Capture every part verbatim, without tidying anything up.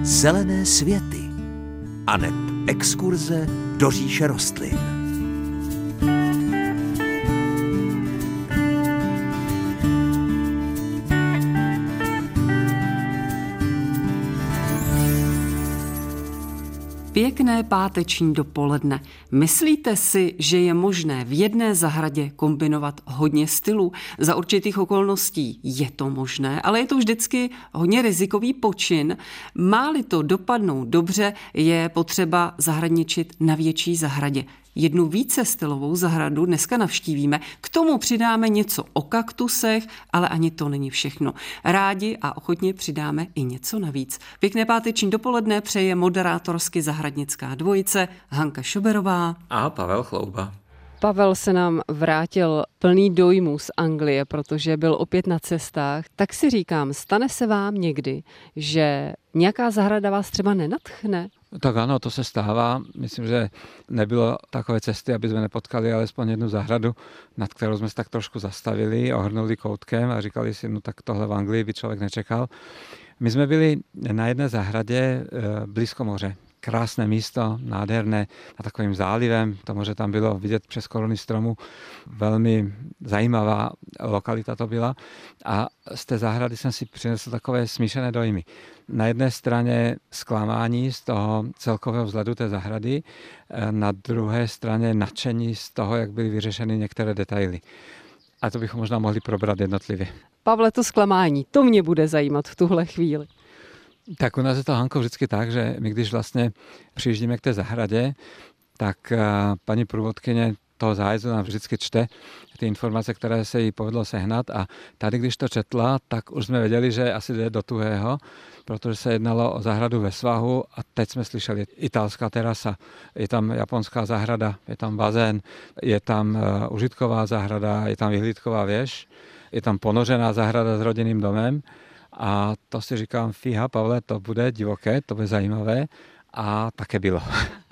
zelené světy aneb exkurze do říše rostlin. Pěkné páteční dopoledne. Myslíte si, že je možné v jedné zahradě kombinovat hodně stylů? Za určitých okolností je to možné, ale je to vždycky hodně rizikový počin. Má-li to dopadnout dobře, je potřeba zahradničit na větší zahradě. Jednu více stylovou zahradu dneska navštívíme, k tomu přidáme něco o kaktusech, ale ani to není všechno. Rádi a ochotně přidáme i něco navíc. Pěkné páteční dopoledne přeje moderátorsky zahradnická dvojice Hanka Šoberová a Pavel Chlouba. Pavel se nám vrátil plný dojmů z Anglie, protože byl opět na cestách. Tak si říkám, stane se vám někdy, že nějaká zahrada vás třeba nenadchne? Tak ano, to se stává. Myslím, že nebylo takové cesty, aby jsme nepotkali alespoň jednu zahradu, nad kterou jsme se tak trošku zastavili, ohrnuli koutkem a říkali si, no tak tohle v Anglii by člověk nečekal. My jsme byli na jedné zahradě blízko moře. Krásné místo, nádherné, na takovým zálivem, to moře tam bylo vidět přes koruny stromu, velmi zajímavá lokalita to byla a z té zahrady jsem si přinesl takové smíšené dojmy. Na jedné straně zklamání z toho celkového vzhledu té zahrady, na druhé straně nadšení z toho, jak byly vyřešeny některé detaily. A to bychom možná mohli probrat jednotlivě. Pavle, to zklamání, to mě bude zajímat v tuhle chvíli. Tak u nás je to, Hanko, vždycky tak, že my když vlastně přijíždíme k té zahradě, tak paní průvodkyně toho zájezdu nám vždycky čte ty informace, které se jí povedlo sehnat a tady, když to četla, tak už jsme věděli, že asi jde do tuhého, protože se jednalo o zahradu ve svahu a teď jsme slyšeli italská terasa, je tam japonská zahrada, je tam bazén, je tam užitková zahrada, je tam vyhlídková věž, je tam ponořená zahrada s rodinným domem. A to si říkám, fíha, Pavle, to bude divoké, to bude zajímavé a také bylo.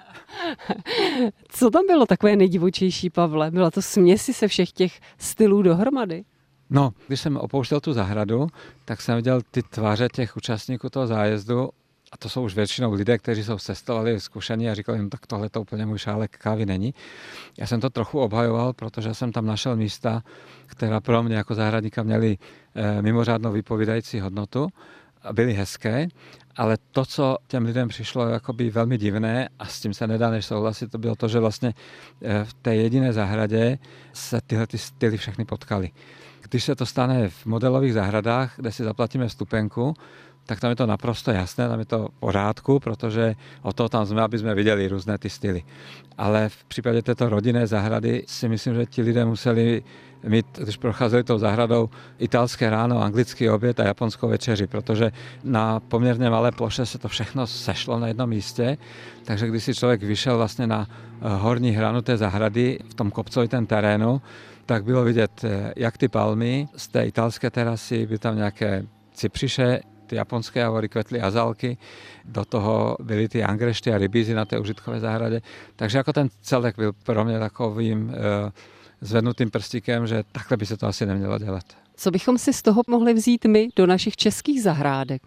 Co tam bylo takové nejdivočejší, Pavle? Byla to směsi se všech těch stylů dohromady? No, když jsem opouštěl tu zahradu, tak jsem viděl ty tváře těch účastníků toho zájezdu a to jsou už většinou lidé, kteří jsou cestovali, zkušení a říkali, no tak tohle to úplně můj šálek kávy není. Já jsem to trochu obhajoval, protože jsem tam našel místa, která pro mě jako zahradníka měly e, mimořádnou vypovídající hodnotu a byly hezké, ale to, co těm lidem přišlo jakoby velmi divné a s tím se nedá než souhlasit, to bylo to, že vlastně e, v té jediné zahradě se tyhle ty styly všechny potkaly. Když se to stane v modelových zahradách, kde si zaplatíme vstupenku, tak tam je to naprosto jasné, tam je to v pořádku, protože o to tam jsme, aby jsme viděli různé ty styly. Ale v případě této rodinné zahrady si myslím, že ti lidé museli mít, když procházeli tou zahradou, italské ráno, anglický oběd a japonskou večeři, protože na poměrně malé ploše se to všechno sešlo na jednom místě, takže když si člověk vyšel vlastně na horní hranu té zahrady v tom kopcovitém terénu, tak bylo vidět jak ty palmy z té italské terasy, byly tam nějaké cypřiše, ty japonské javory, kvetly azalky, do toho byly ty angrešty a rybízy na té užitkové zahradě. Takže jako ten celek byl pro mě takovým e, zvednutým prstíkem, že takhle by se to asi nemělo dělat. Co bychom si z toho mohli vzít my do našich českých zahrádek?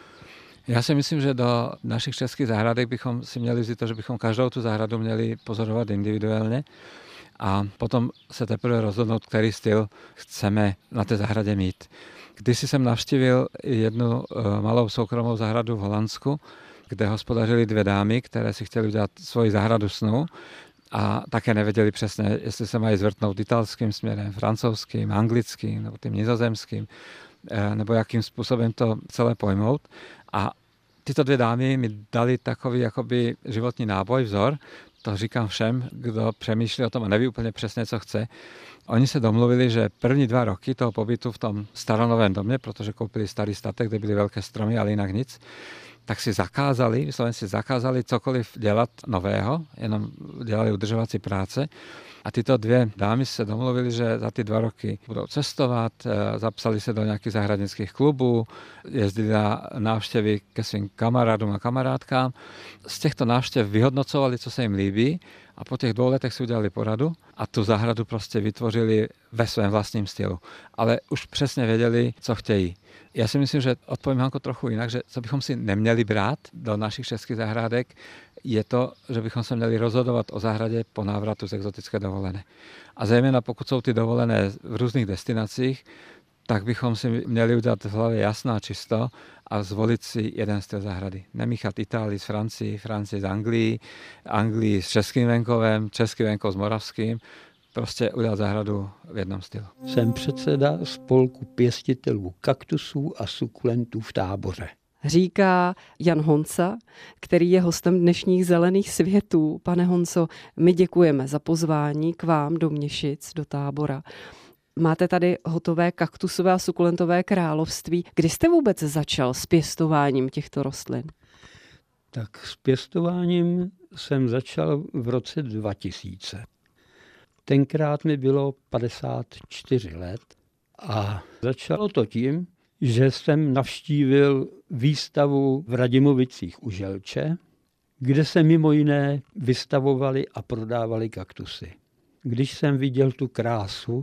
Já si myslím, že do našich českých zahrádek bychom si měli vzít to, že bychom každou tu zahradu měli pozorovat individuálně a potom se teprve rozhodnout, který styl chceme na té zahradě mít. Když jsem navštívil jednu malou soukromou zahradu v Holandsku, kde hospodařily dvě dámy, které si chtěly udělat svoji zahradu snu a také nevěděli přesně, jestli se mají zvrtnout italským směrem, francouzským, anglickým nebo tím nizozemským, nebo jakým způsobem to celé pojmout. A tyto dvě dámy mi dali takový jakoby životní náboj, vzor. To říkám všem, kdo přemýšlí o tom a neví úplně přesně, co chce. Oni se domluvili, že první dva roky toho pobytu v tom staronovém domě, protože koupili starý statek, kde byly velké stromy, ale jinak nic, tak si zakázali, vysloveně si zakázali cokoliv dělat nového, jenom dělali udržovací práce. A tyto dvě dámy se domluvili, že za ty dva roky budou cestovat, zapsali se do nějakých zahradnických klubů, jezdili na návštěvy ke svým kamarádům a kamarádkám. Z těchto návštěv vyhodnocovali, co se jim líbí A po těch dvou letech si udělali poradu a tu zahradu prostě vytvořili ve svém vlastním stylu. Ale už přesně věděli, co chtějí. Já si myslím, že odpovím Hanko trochu jinak, že co bychom si neměli brát do našich českých zahrádek, je to, že bychom se měli rozhodovat o zahradě po návratu z exotické dovolené. A zejména pokud jsou ty dovolené v různých destinacích, tak bychom si měli udělat v hlavě jasno a čisto a zvolit si jeden styl zahrady. Nemíchat Itálii s Francií, Francii s Anglií, Anglii s českým venkovem, český venkov s moravským. Prostě udělat zahradu v jednom stylu. Jsem předseda spolku pěstitelů kaktusů a sukulentů v Táboře. Říká Jan Honca, který je hostem dnešních Zelených světů. Pane Honco, my děkujeme za pozvání k vám do Měšic, do Tábora. Máte tady hotové kaktusové a sukulentové království. Kdy jste vůbec začal s pěstováním těchto rostlin? Tak s pěstováním jsem začal v roce dva tisíce. Tenkrát mi bylo padesát čtyři let a začalo to tím, že jsem navštívil výstavu v Radimovicích u Želče, kde se mimo jiné vystavovali a prodávali kaktusy. Když jsem viděl tu krásu,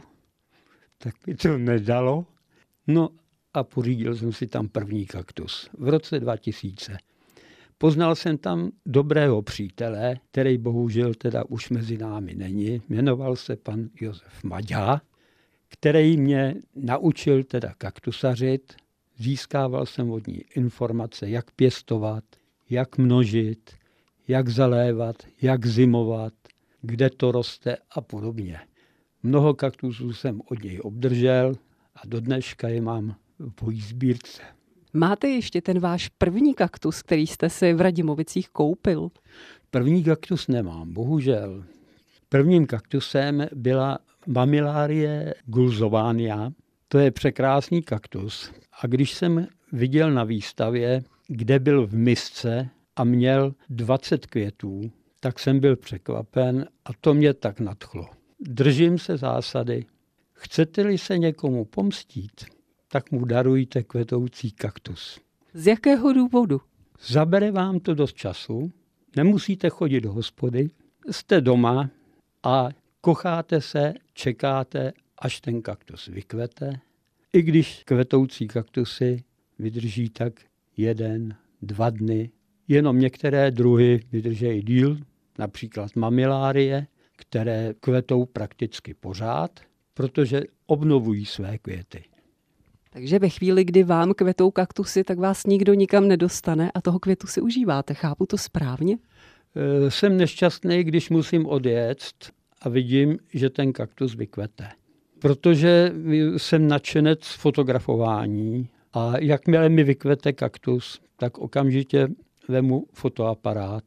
tak mi to nedalo. No a pořídil jsem si tam první kaktus v roce dva tisíce. Poznal jsem tam dobrého přítele, který bohužel teda už mezi námi není. Jmenoval se pan Josef Maďa, který mě naučil teda kaktusařit. Získával jsem od ní informace, jak pěstovat, jak množit, jak zalévat, jak zimovat, kde to roste a podobně. Mnoho kaktusů jsem od něj obdržel a do dneška je mám v mojí sbírce. Máte ještě ten váš první kaktus, který jste si v Radimovicích koupil? První kaktus nemám, bohužel. Prvním kaktusem byla Mammillaria gulzovania. To je překrásný kaktus. A když jsem viděl na výstavě, kde byl v misce a měl dvacet květů, tak jsem byl překvapen a to mě tak nadchlo. Držím se zásady. Chcete-li se někomu pomstít, tak mu darujte kvetoucí kaktus. Z jakého důvodu? Zabere vám to dost času, nemusíte chodit do hospody, jste doma a kocháte se, čekáte, až ten kaktus vykvete. I když kvetoucí kaktusy vydrží tak jeden, dva dny, jenom některé druhy vydrží díl, například Mammillarie, které kvetou prakticky pořád, protože obnovují své květy. Takže ve chvíli, kdy vám kvetou kaktusy, tak vás nikdo nikam nedostane a toho květu si užíváte. Chápu to správně? E, jsem nešťastný, když musím odjet a vidím, že ten kaktus vykvete. Protože jsem nadšenec fotografování a jakmile mi vykvete kaktus, tak okamžitě vemu fotoaparát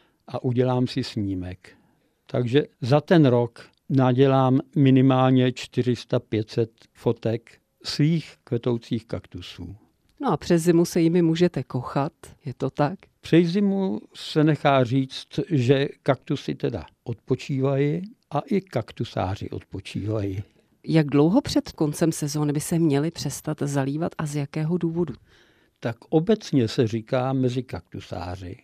a udělám si snímek. Takže za ten rok nadělám minimálně čtyři sta pět set fotek svých kvetoucích kaktusů. No a přes zimu se jimi můžete kochat, je to tak? Přes zimu se nechá říct, že kaktusy teda odpočívají a i kaktusáři odpočívají. Jak dlouho před koncem sezóny by se měli přestat zalívat a z jakého důvodu? Tak obecně se říká mezi kaktusáři,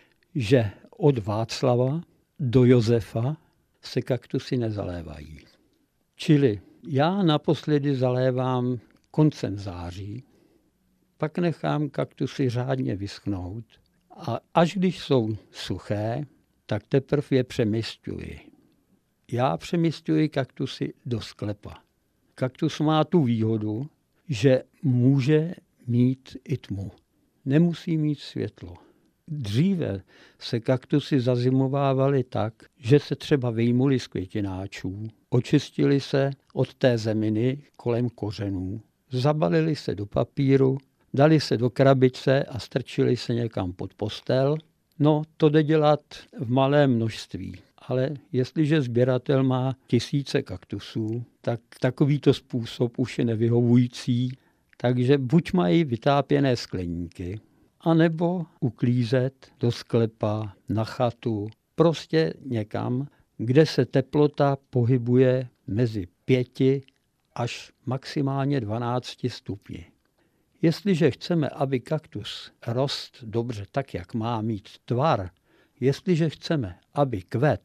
že od Václava do Josefa se kaktusy nezalévají. Čili já naposledy zalévám koncem září, pak nechám kaktusy řádně vyschnout a až když jsou suché, tak teprve je přemisťuji. Já přemisťuji kaktusy do sklepa. Kaktus má tu výhodu, že může mít i tmu. Nemusí mít světlo. Dříve se kaktusy zazimovávaly tak, že se třeba vyjmuli z květináčů, očistili se od té zeminy kolem kořenů, zabalili se do papíru, dali se do krabice a strčili se někam pod postel. No, to jde dělat v malém množství. Ale jestliže sběratel má tisíce kaktusů, tak takovýto způsob už je nevyhovující. Takže buď mají vytápěné skleníky, anebo uklízet do sklepa, na chatu, prostě někam, kde se teplota pohybuje mezi pěti až maximálně dvanácti stupni. Jestliže chceme, aby kaktus rost dobře tak, jak má mít tvar, jestliže chceme, aby kvet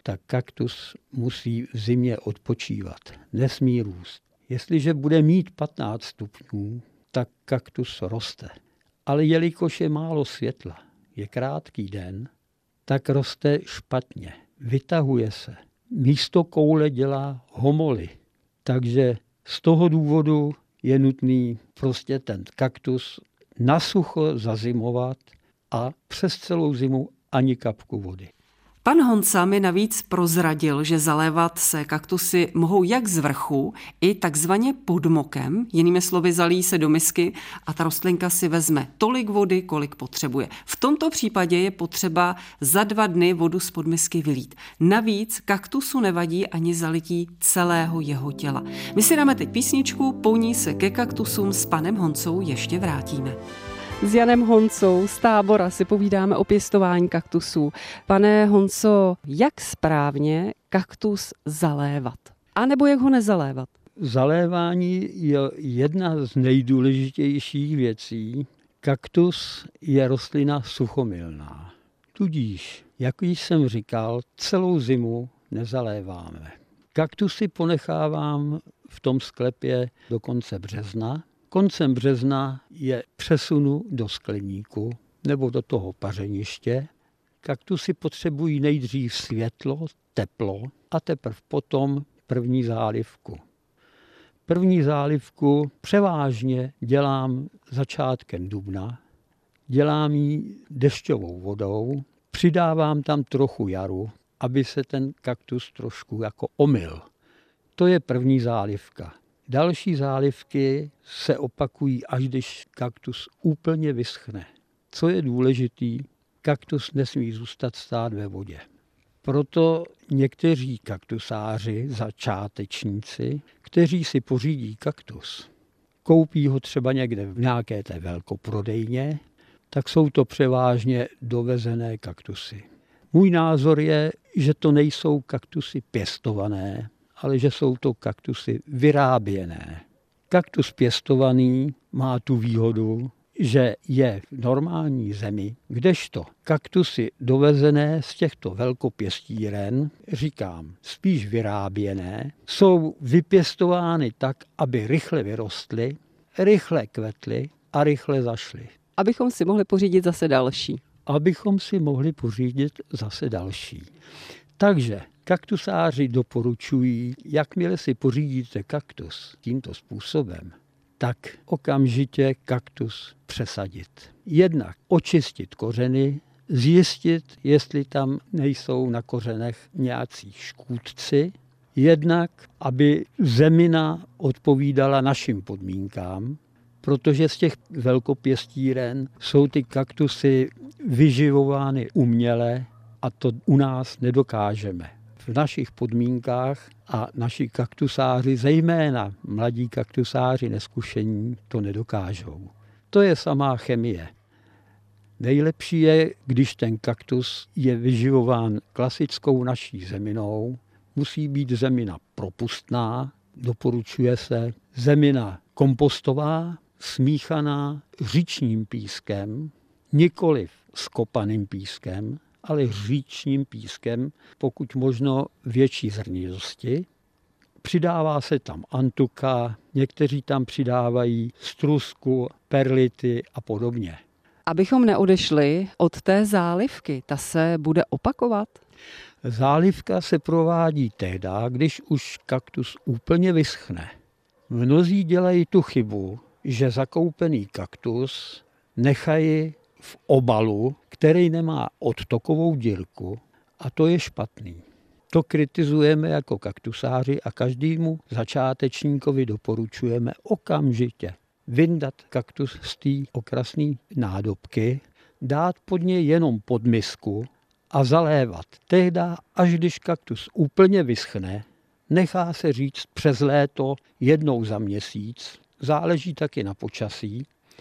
tak kaktus musí v zimě odpočívat. Nesmí růst. Jestliže bude mít patnáct stupňů, tak kaktus roste. Ale jelikož je málo světla, je krátký den, tak roste špatně. Vytahuje se. Místo koule dělá homoly. Takže z toho důvodu je nutný prostě ten kaktus na sucho zazimovat a přes celou zimu ani kapku vody. Pan Honca mi navíc prozradil, že zalévat se kaktusy mohou jak z vrchu, i takzvaně pod mokem, jinými slovy zalíjí se do misky a ta rostlinka si vezme tolik vody, kolik potřebuje. V tomto případě je potřeba za dva dny vodu z podmisky vylít. Navíc kaktusu nevadí ani zalití celého jeho těla. My si dáme teď písničku, po ní se ke kaktusům s panem Honcou ještě vrátíme. S Janem Honcou z Tábora si povídáme o pěstování kaktusů. Pane Honco, jak správně kaktus zalévat? A nebo jak ho nezalévat? Zalévání je jedna z nejdůležitějších věcí. Kaktus je rostlina suchomilná. Tudíž, jak již jsem říkal, celou zimu nezaléváme. Kaktusy ponechávám v tom sklepě do konce března. Koncem března je přesunu do skleníku nebo do toho pařeniště. Kaktusy potřebují nejdřív světlo, teplo a teprve potom první zálivku. První zálivku převážně dělám začátkem dubna, dělám ji dešťovou vodou, přidávám tam trochu jaru, aby se ten kaktus trošku jako omyl. To je první zálivka. Další zálivky se opakují, až když kaktus úplně vyschne. Co je důležitý, kaktus nesmí zůstat stát ve vodě. Proto někteří kaktusáři, začátečníci, kteří si pořídí kaktus, koupí ho třeba někde v nějaké té velkoprodejně, tak jsou to převážně dovezené kaktusy. Můj názor je, že to nejsou kaktusy pěstované, ale že jsou to kaktusy vyráběné. Kaktus pěstovaný má tu výhodu, že je v normální zemi, kdežto kaktusy dovezené z těchto velkopěstíren, říkám spíš vyráběné, jsou vypěstovány tak, aby rychle vyrostly, rychle kvetly a rychle zašly. Abychom si mohli pořídit zase další. Abychom si mohli pořídit zase další. Takže kaktusáři doporučují, jakmile si pořídíte kaktus tímto způsobem, tak okamžitě kaktus přesadit. Jednak očistit kořeny, zjistit, jestli tam nejsou na kořenech nějací škůdci, jednak, aby zemina odpovídala našim podmínkám, protože z těch velkopěstíren jsou ty kaktusy vyživovány uměle a to u nás nedokážeme. V našich podmínkách a naši kaktusáři, zejména mladí kaktusáři neskušení, to nedokážou. To je samá chemie. Nejlepší je, když ten kaktus je vyživován klasickou naší zeminou. Musí být zemina propustná, doporučuje se zemina kompostová, smíchaná říčním pískem, nikoliv skopaným pískem, ale říčním pískem, pokud možno větší zrnivosti. Přidává se tam antuka, někteří tam přidávají strusku, perlity a podobně. Abychom neodešli od té zálivky, ta se bude opakovat? Zálivka se provádí tehdy, když už kaktus úplně vyschne. Mnozí dělají tu chybu, že zakoupený kaktus nechají v obalu, který nemá odtokovou dírku, a to je špatný. To kritizujeme jako kaktusáři a každému začátečníkovi doporučujeme okamžitě vyndat kaktus z té okrasné nádobky, dát pod něj jenom podmisku a zalévat. Tehdy, až když kaktus úplně vyschne, nechá se říct přes léto jednou za měsíc, záleží taky na počasí.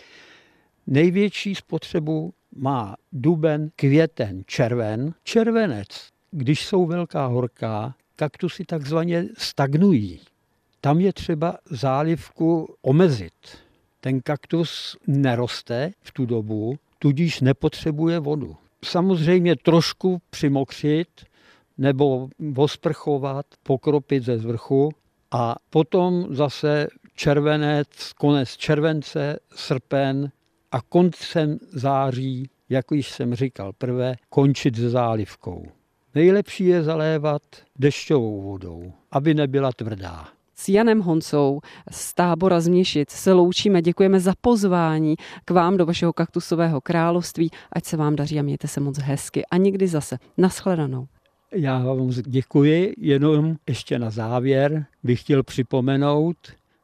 Největší spotřebu má duben, květen, červen. Červenec, když jsou velká horká, kaktusy takzvaně stagnují. Tam je třeba zálivku omezit. Ten kaktus neroste v tu dobu, tudíž nepotřebuje vodu. Samozřejmě trošku přimokřit, nebo osprchovat, pokropit ze zvrchu a potom zase červenec, konec července, srpen a koncem září, jak již jsem říkal prvé, končit se zálivkou. Nejlepší je zalévat dešťovou vodou, aby nebyla tvrdá. S Janem Honcou z tábora z Měšic se loučíme, děkujeme za pozvání k vám do vašeho kaktusového království, ať se vám daří a mějte se moc hezky a někdy zase. Nashledanou. Já vám děkuji, jenom ještě na závěr bych chtěl připomenout,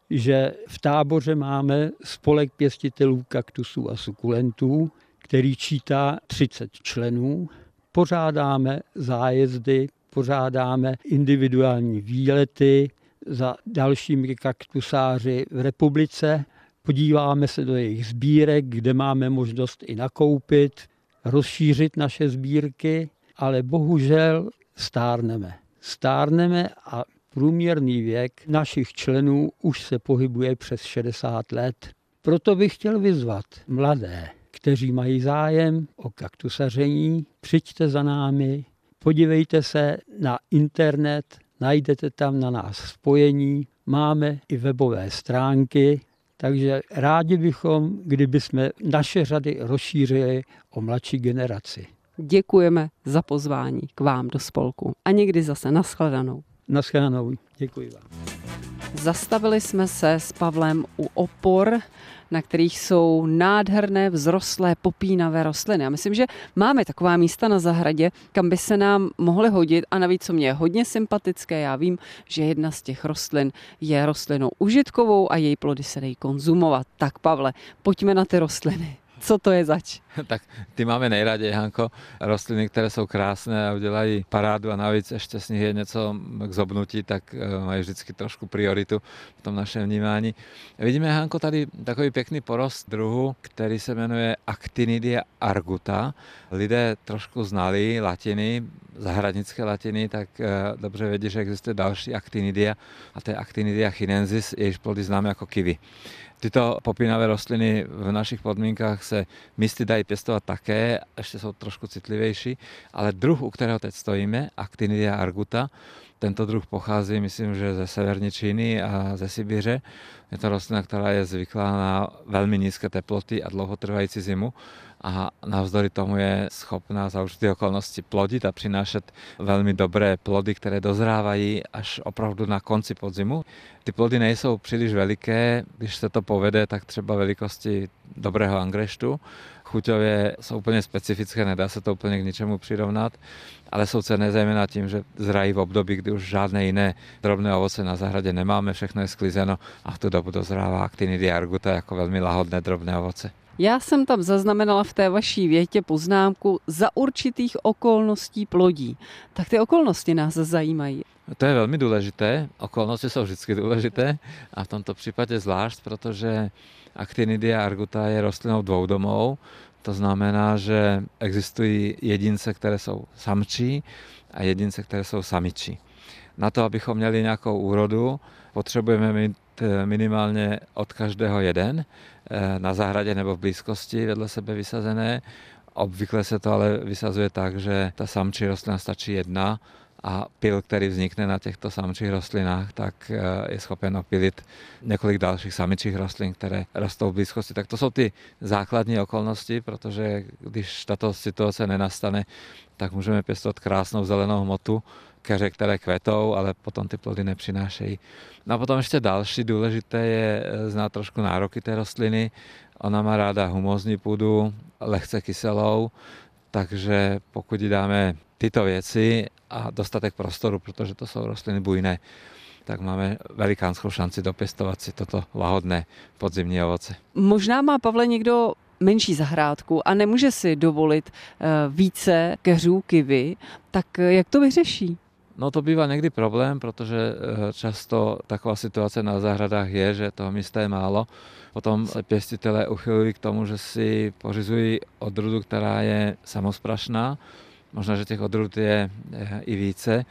že v táboře máme spolek pěstitelů kaktusů a sukulentů, který čítá třicet členů. Pořádáme zájezdy, pořádáme individuální výlety za dalšími kaktusáři v republice. Podíváme se do jejich sbírek, kde máme možnost i nakoupit, rozšířit naše sbírky, ale bohužel stárneme. Stárneme a průměrný věk našich členů už se pohybuje přes šedesát let. Proto bych chtěl vyzvat mladé, kteří mají zájem o kaktusaření, přijďte za námi, podívejte se na internet, najdete tam na nás spojení, máme i webové stránky, takže rádi bychom, kdyby jsme naše řady rozšířili o mladší generaci. Děkujeme za pozvání k vám do spolku a někdy zase nashledanou. Nashledanou, děkuji vám. Zastavili jsme se s Pavlem u opor, na kterých jsou nádherné, vzrostlé, popínavé rostliny. Já myslím, že máme taková místa na zahradě, kam by se nám mohly hodit a navíc, co mě je hodně sympatické, já vím, že jedna z těch rostlin je rostlinou užitkovou a její plody se dají konzumovat. Tak Pavle, pojďme na ty rostliny. Co to je zač? Tak ty máme nejraději, Hanko, rostliny, které jsou krásné a udělají parádu a navíc ještě z nich je něco k zobnutí, tak mají vždycky trošku prioritu v tom našem vnímání. Vidíme, Hanko, tady takový pěkný porost druhu, který se jmenuje Actinidia arguta. Lidé trošku znali latiny, zahradnické latiny, tak dobře vědí, že existuje další Actinidia a to je Actinidia chinensis, jejíž plody známe jako kiwi. Tyto popínavé rostliny v našich podmínkách se místy dají pěstovat také, ještě jsou trošku citlivější, ale druh, u kterého teď stojíme, Actinidia arguta, tento druh pochází, myslím, že ze severní Číny a ze Sibiře. Je to rostlina, která je zvyklá na velmi nízké teploty a dlouhotrvající zimu a navzdory tomu je schopná za určitých okolností plodit a přinášet velmi dobré plody, které dozrávají až opravdu na konci podzimu. Ty plody nejsou příliš veliké, když se to povede, tak třeba velikosti dobrého angreštu. Chuťově jsou úplně specifické, nedá se to úplně k ničemu přirovnat, ale jsou cenné zejména tím, že zrají v období, kdy už žádné jiné drobné ovoce na zahradě nemáme, všechno je sklizeno a v tu dobu dozrává Actinidia arguta jako velmi lahodné drobné ovoce. Já jsem tam zaznamenala v té vaší větě poznámku za určitých okolností plodí. Tak ty okolnosti nás zajímají. To je velmi důležité, okolnosti jsou vždycky důležité a v tomto případě zvlášť, protože Actinidia arguta je rostlinou dvoudomou, to znamená, že existují jedince, které jsou samčí a jedince, které jsou samičí. Na to, abychom měli nějakou úrodu, potřebujeme mít minimálně od každého jeden na zahradě nebo v blízkosti vedle sebe vysazené. Obvykle se to ale vysazuje tak, že ta samčí rostlina stačí jedna a pil, který vznikne na těchto samčích rostlinách, tak je schopen opilit několik dalších samičích rostlin, které rostou v blízkosti. Tak to jsou ty základní okolnosti, protože když tato situace nenastane, tak můžeme pěstovat krásnou zelenou hmotu, keře, které kvetou, ale potom ty plody nepřinášejí. No a potom ještě další důležité je znát trošku nároky té rostliny. Ona má ráda humózní půdu, lehce kyselou, takže pokud jí dáme tyto věci a dostatek prostoru, protože to jsou rostliny bujné, tak máme velikánskou šanci dopěstovat si toto lahodné podzimní ovoce. Možná má, Pavle, někdo menší zahrádku a nemůže si dovolit více keřů kiwi, tak jak to vyřeší? No to bývá někdy problém, protože často taková situace na zahradách je, že toho místa je málo. Potom se pěstitelé uchylují k tomu, že si pořizují odrůdu, která je samosprašná. Možná, že těch odrůd je i více.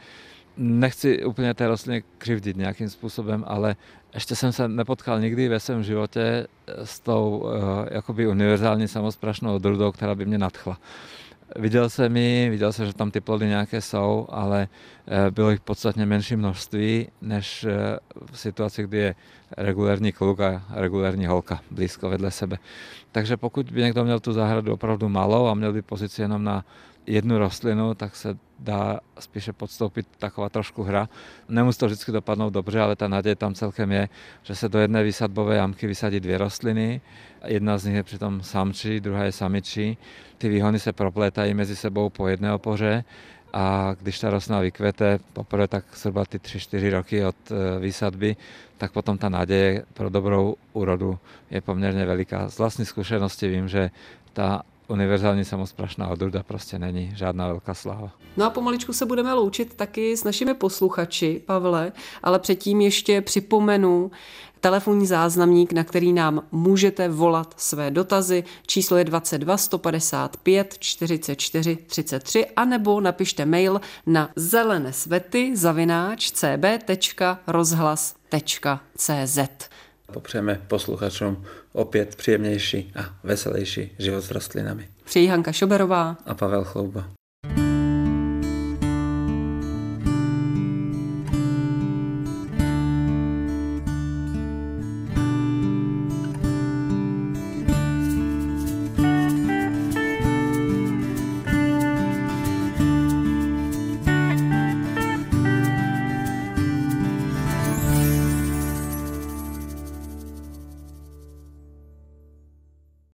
Nechci úplně té rostliny křivdit nějakým způsobem, ale ještě jsem se nepotkal nikdy ve svém životě s tou jakoby univerzální samosprašnou odrůdou, která by mě nadchla. Viděl jsem ji, viděl jsem, že tam ty plody nějaké jsou, ale bylo jich podstatně menší množství, než v situaci, kdy je regulérní kluk a regulérní holka blízko vedle sebe. Takže pokud by někdo měl tu zahradu opravdu malou a měl by pozici jenom na jednu rostlinu, tak se dá spíše podstoupit taková trošku hra. Nemusí to vždycky dopadnout dobře, ale ta naděje tam celkem je, že se do jedné výsadbové jamky vysadí dvě rostliny. Jedna z nich je přitom samčí, druhá je samičí. Ty výhony se proplétají mezi sebou po jedné opoře a když ta rostlina vykvete poprvé tak zhruba ty tři čtyři roky od výsadby, tak potom ta naděje pro dobrou úrodu je poměrně veliká. Z vlastní zkušenosti vím, že ta univerzální samosprašná odrůda prostě není žádná velká sláva. No a pomaličku se budeme loučit taky s našimi posluchači, Pavle, ale předtím ještě připomenu telefonní záznamník, na který nám můžete volat své dotazy. Číslo je dvacet dva sto padesát pět čtyřicet čtyři třicet tři anebo napište mail na zelenesvety zavináč c b tečka rozhlas tečka c z. Popřejeme posluchačům opět příjemnější a veselější život s rostlinami. Přeji Hanka Šoberová a Pavel Chlouba.